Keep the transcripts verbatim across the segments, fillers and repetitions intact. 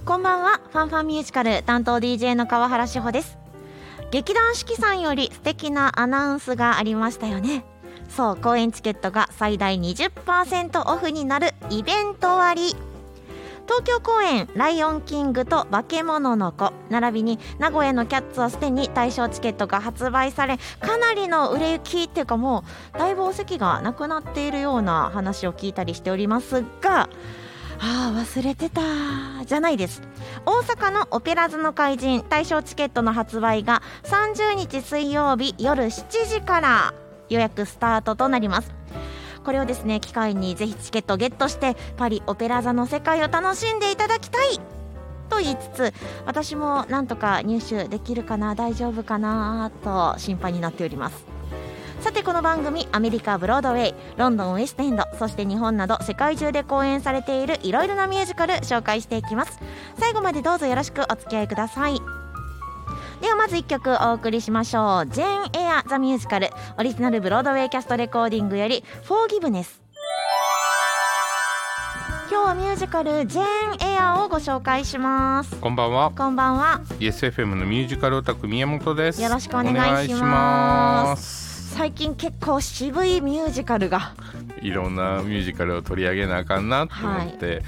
こんばんは。ファンファンミュージカル担当 ディージェー の川原志保です。劇団四季さんより素敵なアナウンスがありましたよね。そう、公演チケットが最大 にじゅっパーセント オフになるイベント割。東京公演ライオンキングと化け物の子並びに名古屋のキャッツはすでに対象チケットが発売され、かなりの売れ行きっていうか、もうだいぶお席がなくなっているような話を聞いたりしておりますが、ああ忘れてたじゃないです。大阪のオペラ座の怪人対象チケットの発売がさんじゅうにち水曜日夜しちじから予約スタートとなります。これをですね機会にぜひチケットをゲットしてパリオペラ座の世界を楽しんでいただきたいと言いつつ、私もなんとか入手できるかな、大丈夫かなと心配になっております。さてこの番組、アメリカブロードウェイ、ロンドンウエストエンド、そして日本など世界中で公演されているいろいろなミュージカル紹介していきます。最後までどうぞよろしくお付き合いください。ではまずいっきょくお送りしましょう。ジェーンエアザミュージカルオリジナルブロードウェイキャストレコーディングよりフォーギブネス。今日はミュージカルジェーンエアをご紹介します。 こんばんは。 こんばんは。 イーエスエフエム のミュージカルオタク宮本です。 よろしくお願いします。最近結構渋いミュージカルがいろんなミュージカルを取り上げなあかんなと思って、はい、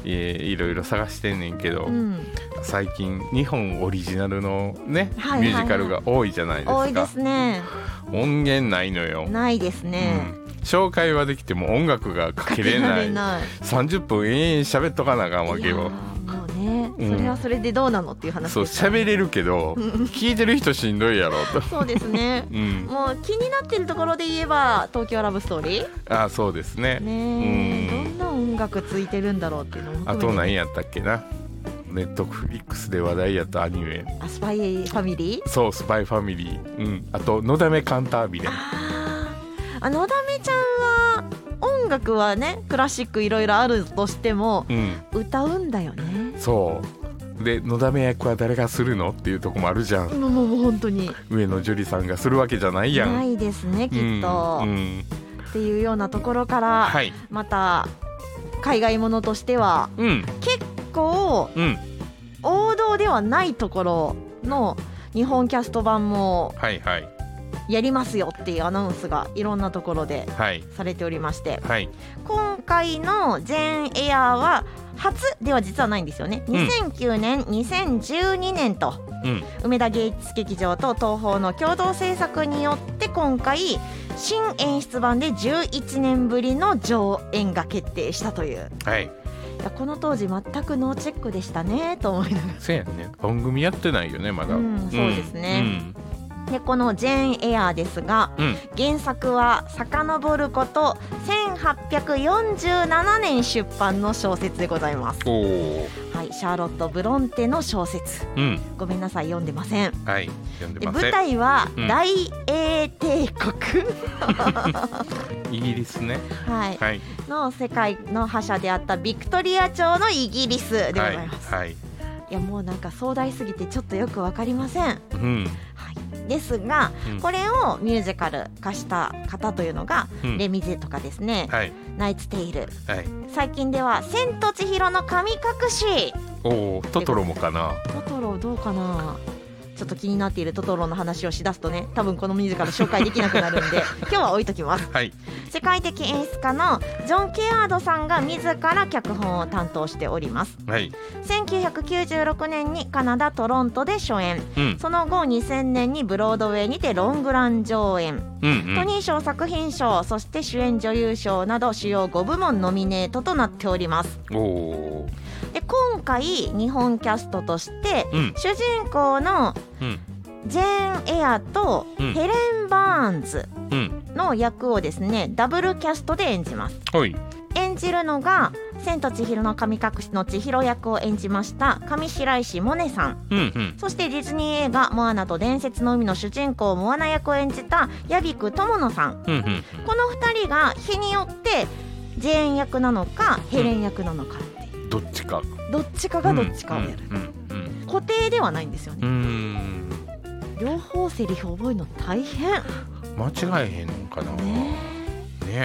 いろいろ探してんねんけど、うん、最近日本オリジナルのね、はいはいはい、ミュージカルが多いじゃないですか。 多いですね。 音源ないのよ。 ないですね、 うん、紹介はできても音楽がかけれない。ないさんじゅっぷん延々喋っとかなあかんわけよ。 もうね、それはそれでどうなのっていう話ですから、ね、 そう喋れるけど聞いてる人しんどいやろとそうですね、うん、もう気になってるところで言えば東京ラブストーリー、 ああそうですね。 ね、うん、どんな音楽ついてるんだろうっていうのも、 あと何やったっけな、ネットフリックスで話題やったアニメ、 あスパイファミリー、 そうスパイファミリー、うん、あとのだめカンタービレ。 ああのだめちゃんは音楽はねクラシックいろいろあるとしても、うん、歌うんだよね。 そうで、のだめ役は誰がするのっていうとこもあるじゃん。 もうもう本当に上野樹里さんがするわけじゃないやん。 ないですねきっと、うんうん、っていうようなところから、はい、また海外ものとしては、うん、結構、うん、王道ではないところの日本キャスト版も、はいはい、やりますよっていうアナウンスがいろんなところでされておりまして、はい、今回のジェーンエアは初では実はないんですよね、うん、にせんきゅうねんにせんじゅうにねんと、うん、梅田芸術劇場と東宝の共同制作によって今回新演出版でじゅういちねんぶりの上演が決定したという、はい、いやこの当時全くノーチェックでしたねと思いながら。 そうやね、番組やってないよねまだ、 うん、そうですね、うんでこのジェーンエアーですが、うん、原作は遡ることせんはっぴゃくよんじゅうななねん出版の小説でございます。お、はい、シャーロット・ブロンテの小説、うん、ごめんなさい読んでません、はい、読んでません。で舞台は大英帝国、 うん、イギリスね、 はいはい、の世界の覇者であったビクトリア朝のイギリスでございます、はいはい、いやもうなんか壮大すぎてちょっとよくわかりません、うんはい、ですが、うん、これをミュージカル化した方というのが、うん、レミゼとかですね、はい、ナイツテイル、はい、最近では千と千尋の神隠し、 おトトロもかな。 トトロどうかな、ちょっと気になっているトトロの話をしだすとね多分このミュージカル紹介できなくなるんで今日は置いときます、はい、世界的演出家のジョン・ケアードさんが自ら脚本を担当しております、はい、せんきゅうひゃくきゅうじゅうろくねんにカナダ・トロントで初演、うん、その後にせんねんにブロードウェイにてロングラン上演、うんうん、トニー賞作品賞そして主演女優賞など主要ごぶもんノミネートとなっております。おで今回日本キャストとして、うん、主人公のジェーンエアとヘレン・バーンズの役をですねダブルキャストで演じます、はい、演じるのが千と千尋の神隠しの千尋役を演じました上白石萌音さん、うんうん、そしてディズニー映画モアナと伝説の海の主人公モアナ役を演じた屋比久智乃さん、うんうん、このふたりが日によってジェーン役なのかヘレン役なのかっていう、 うん、どっちかどっちかがどっちかをやる、うんうんうん、固定ではないんですよね。うーん両方セリフ覚えるの大変。 間違えへんのかなね。ね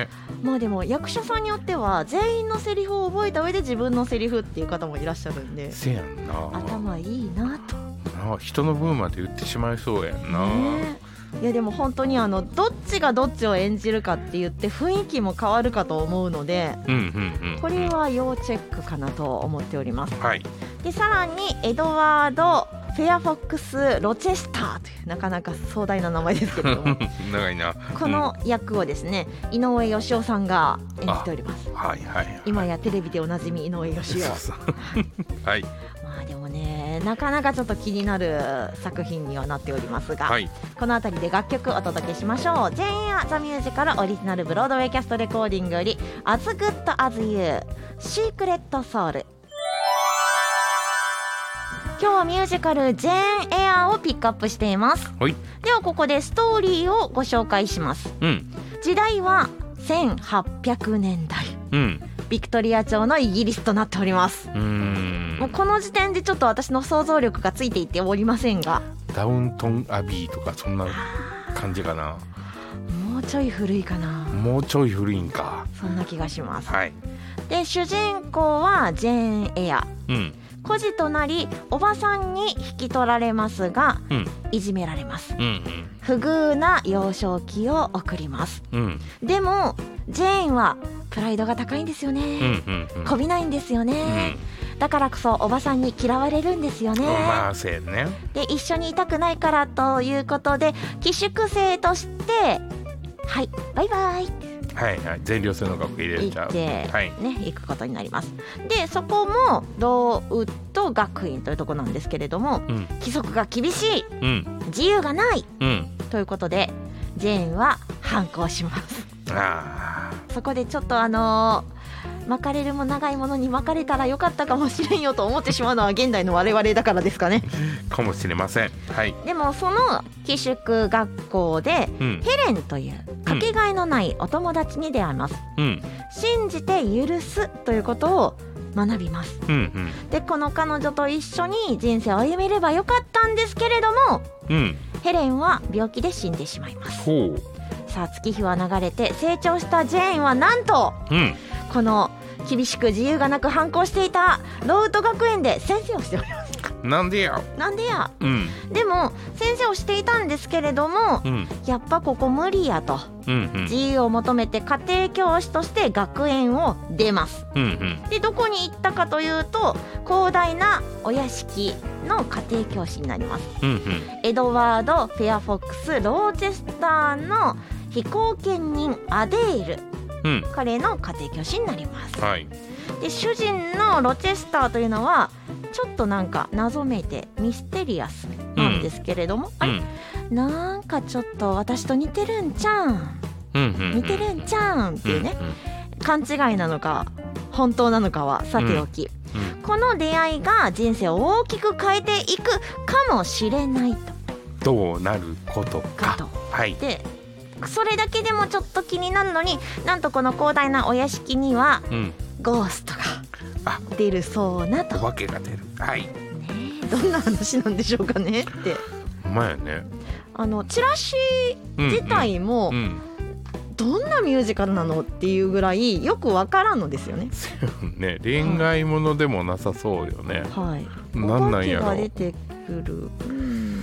まあでも役者さんによっては全員のセリフを覚えた上で自分のセリフっていう方もいらっしゃるんで、 せやんな、 頭いいなと。 な人の分まで言ってしまいそうやんな、 ね、いやでも本当にあのどっちがどっちを演じるかって言って雰囲気も変わるかと思うので、 うんうんうんうん、 これは要チェックかなと思っております、 はい、 でさらにエドワード・フェアフォックス・ロチェスターというなかなか壮大な名前ですけれども長いな。 この役をですね、井上芳雄さんが演じております。 はいはいはい、 今やテレビでおなじみ井上芳雄はい、 まあでもね、なかなかちょっと気になる作品にはなっておりますが、はい、このあたりで楽曲お届けしましょう。ジェーンエアザミュージカルオリジナルブロードウェイキャストレコーディングより As Good As You シークレットソウル。今日はミュージカルジェーンエアをピックアップしています。はい、ではここでストーリーをご紹介します、うん、時代はせんはっぴゃくねんだい、うん、ビクトリア朝のイギリスとなっております。うーん、もうこの時点でちょっと私の想像力がついていっておりませんが、 ダウントンアビーとかそんな感じかな。 もうちょい古いかな。 もうちょい古いんか。 そんな気がします、 はい、 で主人公はジェーンエア、うん、孤児となりおばさんに引き取られますが、うん、いじめられます、うんうん、不遇な幼少期を送ります、うん、でもジェーンはプライドが高いんですよね、うんうんうん、こびないんですよね、うん、だからこそおばさんに嫌われるんですよね、 まあせんね、 で一緒にいたくないからということで寄宿生としてはいバイバイはいはい、全寮制の学校入れちゃう、 行って、はい、ね、行くことになります。でそこもローウッド学院というところなんですけれども、うん、規則が厳しい、うん、自由がない、うん、ということでジェーンは反抗します。あ、そこでちょっとあのー巻かれるも長いものに巻かれたらよかったかもしれんよと思ってしまうのは現代の我々だからですかねかもしれません、はい、 でもその寄宿学校で、うん、ヘレンというかけがえのないお友達に出会います、うん、信じて許すということを学びます、うんうん、でこの彼女と一緒に人生を歩めればよかったんですけれども、うん、ヘレンは病気で死んでしまいます。ほう、さあ月日は流れて成長したジェーンはなんと、うん、この厳しく自由がなく反抗していたローウッド学園で先生をしております。 なんでやなんでや、うん、でも先生をしていたんですけれども、うん、やっぱここ無理やと、うんうん、自由を求めて家庭教師として学園を出ます、うんうん、でどこに行ったかというと広大なお屋敷の家庭教師になります、うんうん、エドワード・フェアフォックス・ローチェスターの非後見人アデール、うん、彼の家庭教師になります、はい、で主人のロチェスターというのはちょっとなんか謎めいてミステリアスなんですけれども、うん、あれ、うん、なんかちょっと私と似てるんちゃん、うんうんうん、似てるんちゃんっていうね、うんうん、勘違いなのか本当なのかはさておき、うんうん、この出会いが人生を大きく変えていくかもしれないと。どうなることかと、 はい、でそれだけでもちょっと気になるのに、なんとこの広大なお屋敷には、うん、ゴーストが出るそうなと。 お化けが出る、はい、ね、 どんな話なんでしょうかねって。 ほんまやね。 あのチラシ自体も、うんうん、どんなミュージカルなのっていうぐらいよくわからんのですよね。 ね、恋愛ものでもなさそうよね。はい。なんなんやろ。お化けが出てくる、うん、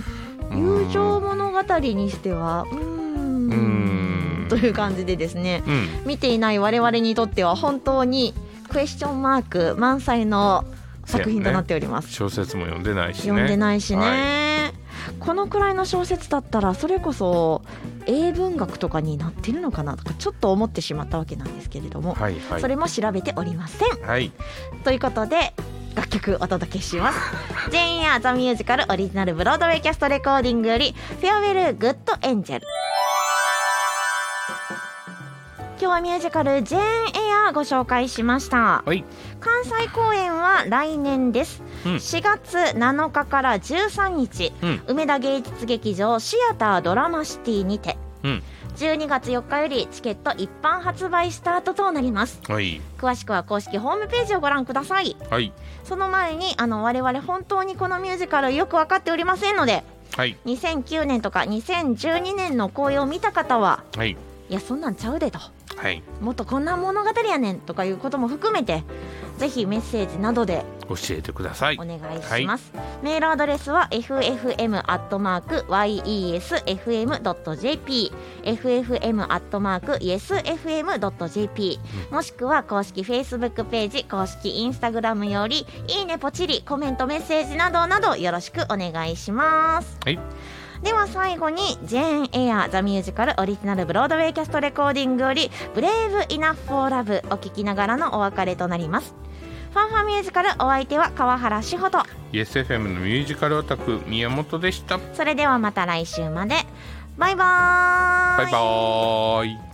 友情物語にしては、うーん、うーんという感じでですね、うん、見ていない我々にとっては本当にクエスチョンマーク満載の作品となっております、 ね、小説も読んでないしね読んでないしね、はい、このくらいの小説だったらそれこそ英文学とかになってるのかなとかちょっと思ってしまったわけなんですけれども、はいはい、それも調べておりません、はい、ということで楽曲お届けしますジェーンエアザミュージカルオリジナルブロードウェイキャストレコーディングよりフェアウェルグッドエンジェル。今日はミュージカルジェーンエアご紹介しました、はい、関西公演は来年です、うん、しがつなのかからじゅうさんにち、うん、梅田芸術劇場シアタードラマシティにて、うん、じゅうにがつよっかよりチケット一般発売スタートとなります、はい、詳しくは公式ホームページをご覧ください、はい、その前にあの我々本当にこのミュージカルよく分かっておりませんので、はい、にせんきゅうねんとかにせんじゅうにねんの公演を見た方は、はい、いやそんなんちゃうでと、 はい、 もっとこんな物語やねんとかいうことも含めてぜひメッセージなどで教えてください。 お願いします、はい、メールアドレスは エフエフエム アットマーク ワイイーエスエフエム ドット ジェーピー エフエフエム アットマーク イエスエフエム ドット ジェーピー、 もしくは公式 Facebook ページ、公式 Instagram よりいいねポチリ、コメントメッセージなどなどよろしくお願いします。 はい、 では最後にジェーンエアザミュージカルオリジナルブロードウェイキャストレコーディングよりブレイブイナフフォーラブお聴きながらのお別れとなります。ファンファミュージカルお相手は川原志穂とイーエスエフエム のミュージカルオタク宮本でした。 それではまた来週まで。バイバーイ。 バイバーイ。